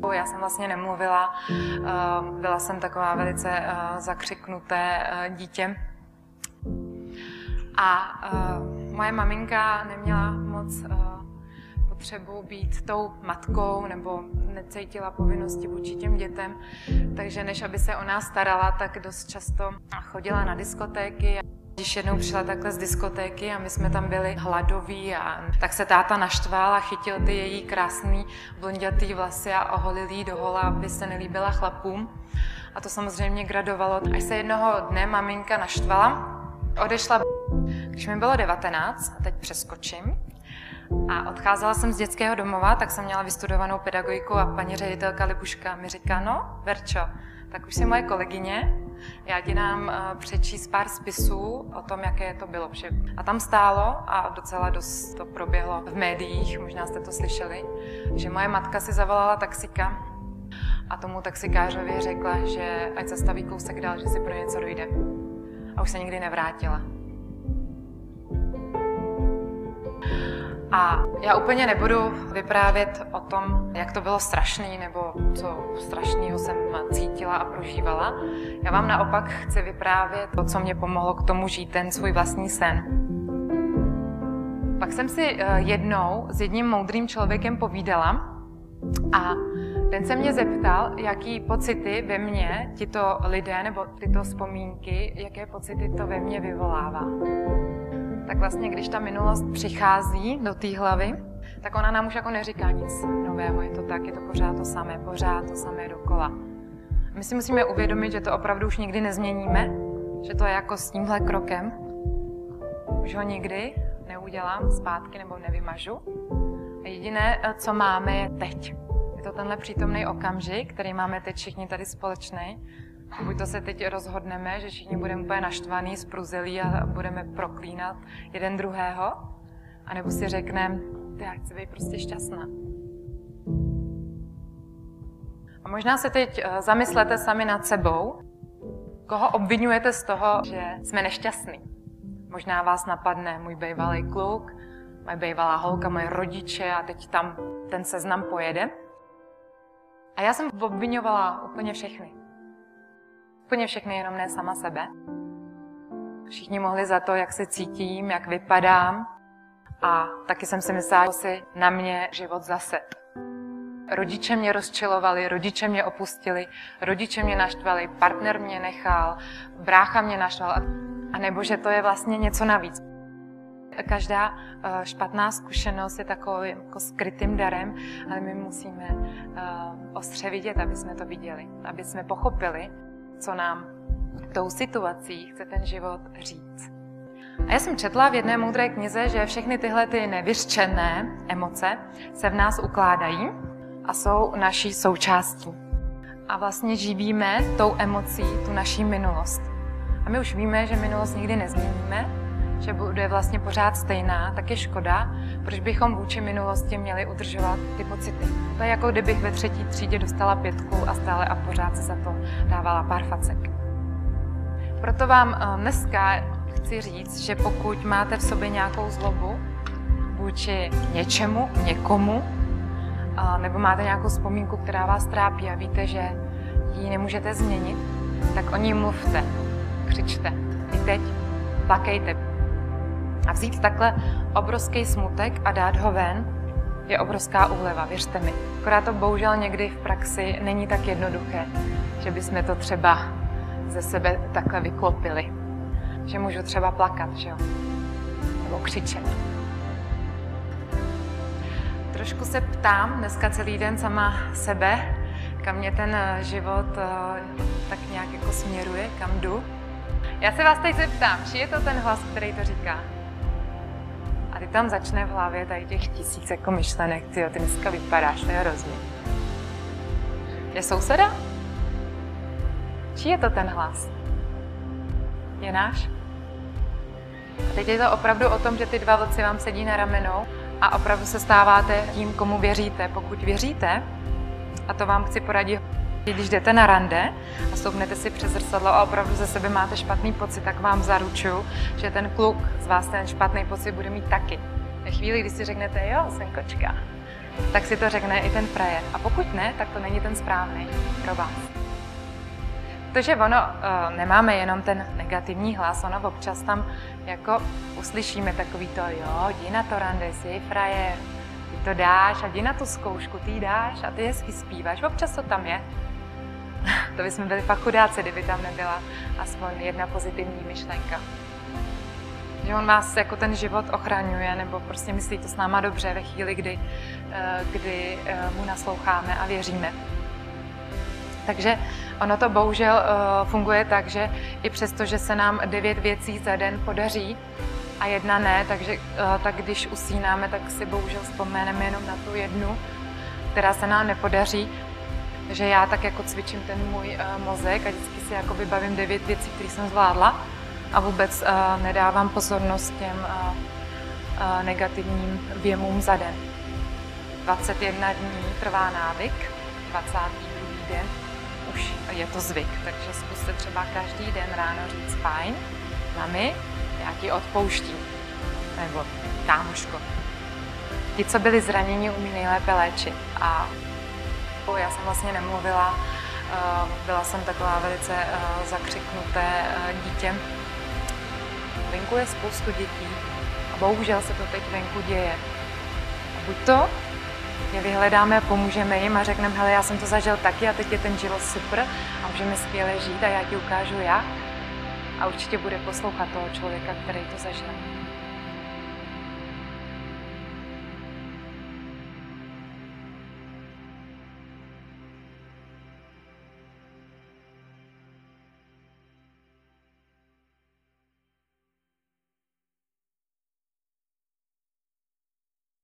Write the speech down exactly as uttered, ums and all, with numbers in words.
Já jsem vlastně nemluvila, byla jsem taková velice zakřiknuté dítě. A moje maminka neměla moc potřebu být tou matkou nebo necítila povinnosti vůči těm dětem, takže než aby se o nás starala, tak dost často chodila na diskotéky. Když jednou přišla takhle z diskotéky a my jsme tam byli hladoví, a tak se táta naštval a chytil ty její krásný blondětý vlasy a oholil jí dohola, aby se nelíbila chlapům. A to samozřejmě gradovalo. Až se jednoho dne maminka naštvala, odešla. Když mi bylo devatenáct, a teď přeskočím, a odcházela jsem z dětského domova, tak jsem měla vystudovanou pedagogiku a paní ředitelka Libuška mi říká, no, Verčo, tak už jsi moje kolegyně, já ti dám přečíst pár spisů o tom, jaké to bylo. A tam stálo, a docela dost to proběhlo v médiích, možná jste to slyšeli, že moje matka si zavolala taxika a tomu taxikářovi řekla, že ať zastaví kousek dál, že si pro něco dojde. A už se nikdy nevrátila. A já úplně nebudu vyprávět o tom, jak to bylo strašný, nebo co strašného jsem cítila a prožívala. Já vám naopak chci vyprávět to, co mě pomohlo k tomu žít ten svůj vlastní sen. Pak jsem si jednou s jedním moudrým člověkem povídala a ten se mě zeptal, jaký pocity ve mně tito lidé nebo tyto vzpomínky, jaké pocity to ve mně vyvolává. Tak vlastně, když ta minulost přichází do té hlavy, tak ona nám už jako neříká nic nového. Je to tak, je to pořád to samé, pořád to samé dokola. My si musíme uvědomit, že to opravdu už nikdy nezměníme, že to je jako s tímhle krokem. Už ho nikdy neudělám zpátky nebo nevymažu. A jediné, co máme, je teď. Je to tenhle přítomný okamžik, který máme teď všichni tady společný. Buď to se teď rozhodneme, že všichni budeme úplně naštvaný, spruzelí a budeme proklínat jeden druhého, anebo si řekneme, já chci být prostě šťastná. A možná se teď zamyslete sami nad sebou, koho obvinujete z toho, že jsme nešťastní. Možná vás napadne můj bývalý kluk, moje bývalá holka, moje rodiče a teď tam ten seznam pojede. A já jsem obvinovala úplně všechny. Úplně všechny, jenom ne sama sebe. Všichni mohli za to, jak se cítím, jak vypadám. A taky jsem si myslela, že si na mě život zased. Rodiče mě rozčilovali, rodiče mě opustili, rodiče mě naštvali, partner mě nechal, brácha mě naštval. A nebo že to je vlastně něco navíc. Každá špatná zkušenost je takovým jako skrytým darem, ale my musíme ostře vidět, aby jsme to viděli, aby jsme pochopili, co nám tou situací chce ten život říct. A já jsem četla v jedné moudré knize, že všechny tyhle ty nevyřčené emoce se v nás ukládají a jsou naší součástí. A vlastně živíme tou emocí tu naší minulost. A my už víme, že minulost nikdy nezměníme, že bude vlastně pořád stejná, tak je škoda, proč bychom vůči minulosti měli udržovat ty pocity. To je jako kdybych ve třetí třídě dostala pětku a stále a pořád se za to dávala pár facek. Proto vám dneska chci říct, že pokud máte v sobě nějakou zlobu vůči něčemu, někomu, nebo máte nějakou vzpomínku, která vás trápí a víte, že ji nemůžete změnit, tak o ní mluvte, křičte. I teď plakejte. A vzít takhle obrovský smutek a dát ho ven je obrovská úleva, věřte mi. Akorát to bohužel někdy v praxi není tak jednoduché, že bychom to třeba ze sebe takhle vyklopili. Že můžu třeba plakat, že jo? Nebo křičet. Trošku se ptám dneska celý den sama sebe, kam mě ten život tak nějak jako směruje, kam jdu. Já se vás teď zeptám, či je to ten hlas, který to říká? A ty tam začne v hlavě tady těch tisíc jako myšlenek, tyjo, ty dneska vypadáš, to je hrozný. Je souseda? Či je to ten hlas? Je náš? A teď je to opravdu o tom, že ty dva vlci vám sedí na ramenou a opravdu se stáváte tím, komu věříte. Pokud věříte, a to vám chci poradit, když jdete na rande a stoupnete si přes zrcadlo a opravdu ze sebe máte špatný pocit, tak vám zaručuju, že ten kluk z vás ten špatný pocit bude mít taky. Ve chvíli, kdy si řeknete, jo, jsem kočka, tak si to řekne i ten frajer. A pokud ne, tak to není ten správný pro vás. Protože ono, uh, nemáme jenom ten negativní hlas, ono občas tam jako uslyšíme takový to, jo, jdi na to rande, jsi frajer, ty to dáš a jdi na tu zkoušku, ty ji dáš a ty hezky zpíváš, občas to tam je. To bychom byli fakt chudáci, kdyby tam nebyla aspoň jedna pozitivní myšlenka. Že on vás jako ten život ochraňuje, nebo prostě myslí to s náma dobře ve chvíli, kdy, kdy mu nasloucháme a věříme. Takže ono to bohužel funguje tak, že i přesto, že se nám devět věcí za den podaří a jedna ne, takže tak když usínáme, tak si bohužel vzpomeneme jenom na tu jednu, která se nám nepodaří. Že já tak jako cvičím ten můj mozek a vždycky si jako vybavím devět věcí, které jsem zvládla a vůbec nedávám pozornost těm negativním věmům za den. dvacet jedna dní trvá návyk, dvacátý druhý den už je to zvyk, takže zkuste třeba každý den ráno říct fajn, mami, já ti odpouštím, nebo kámoško. Ti, co byli zraněni, umí nejlépe léčit a já jsem vlastně nemluvila, byla jsem taková velice zakřiknuté dítě. Venku je spoustu dětí a bohužel se to teď venku děje. A buď to je vyhledáme a pomůžeme jim a řekneme, hele, já jsem to zažil taky a teď je ten život super a můžeme skvěle žít a já ti ukážu jak. A určitě bude poslouchat toho člověka, který to zažil.